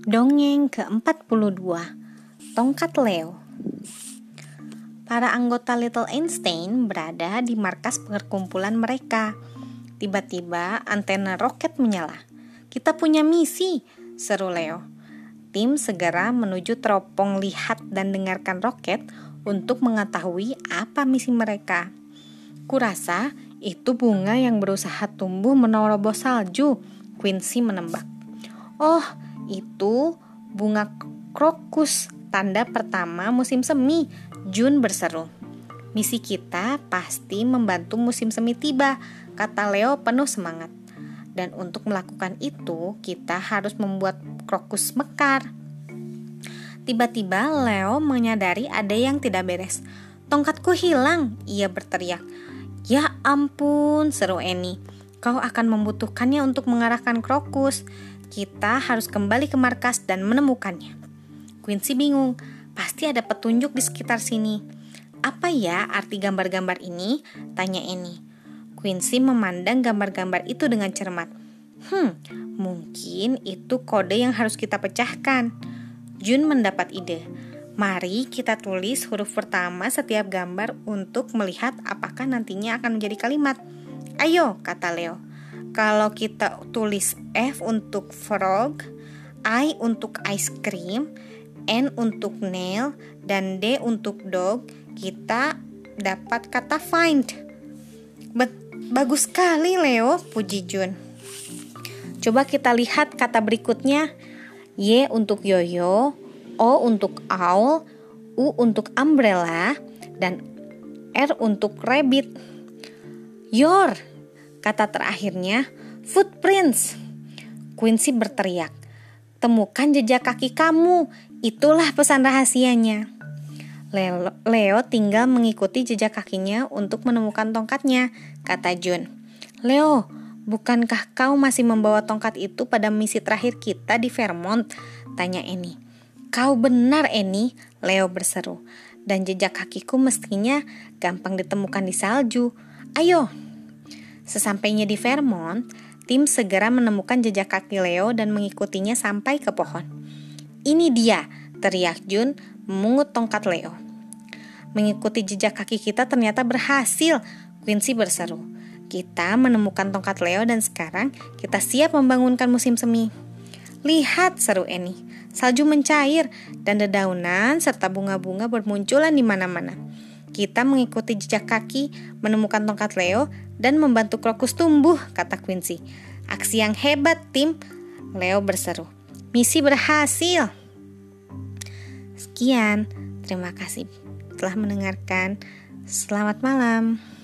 Dongeng ke-42, Tongkat Leo. Para anggota Little Einstein berada di markas perkumpulan mereka. Tiba-tiba antena roket menyala. "Kita punya misi," seru Leo. Tim segera menuju teropong lihat dan dengarkan roket untuk mengetahui apa misi mereka. "Kurasa itu bunga yang berusaha tumbuh menerobos salju," Quincy menebak. "Oh, itu bunga krokus, tanda pertama musim semi," Jun berseru. "Misi kita pasti membantu musim semi tiba," kata Leo penuh semangat. "Dan untuk melakukan itu, kita harus membuat krokus mekar." Tiba-tiba Leo menyadari ada yang tidak beres. "Tongkatku hilang," ia berteriak. "Ya ampun," seru Annie. "Kau akan membutuhkannya untuk mengarahkan krokus. Kita harus kembali ke markas dan menemukannya." Quincy bingung, pasti ada petunjuk di sekitar sini. "Apa ya arti gambar-gambar ini?" tanya Annie. Quincy memandang gambar-gambar itu dengan cermat. Mungkin itu kode yang harus kita pecahkan." Jun mendapat ide. "Mari kita tulis huruf pertama setiap gambar untuk melihat apakah nantinya akan menjadi kalimat." "Ayo," kata Leo. "Kalau kita tulis F untuk frog, I untuk ice cream, N untuk nail, dan D untuk dog, kita dapat kata find." Bagus sekali Leo," puji Jun. "Coba kita lihat kata berikutnya. Y untuk yoyo, O untuk owl, U untuk umbrella, dan R untuk rabbit. Your, kata terakhirnya, footprints." Quincy berteriak, "Temukan jejak kaki kamu, itulah pesan rahasianya." Leo tinggal mengikuti jejak kakinya untuk menemukan tongkatnya, kata Jun. "Leo, bukankah kau masih membawa tongkat itu pada misi terakhir kita di Vermont?" tanya Annie. "Kau benar, Annie," Leo berseru. "Dan jejak kakiku mestinya gampang ditemukan di salju. Ayo." Sesampainya di Vermont, tim segera menemukan jejak kaki Leo dan mengikutinya sampai ke pohon. "Ini dia," teriak Jun memungut tongkat Leo. "Mengikuti jejak kaki kita ternyata berhasil," Quincy berseru. "Kita menemukan tongkat Leo dan sekarang kita siap membangunkan musim semi." "Lihat," seru Annie. "Salju mencair dan dedaunan serta bunga-bunga bermunculan di mana-mana. Kita mengikuti jejak kaki, menemukan tongkat Leo, dan membantu krokus tumbuh," kata Quincy. "Aksi yang hebat, tim," Leo berseru. "Misi berhasil." Sekian, terima kasih telah mendengarkan. Selamat malam.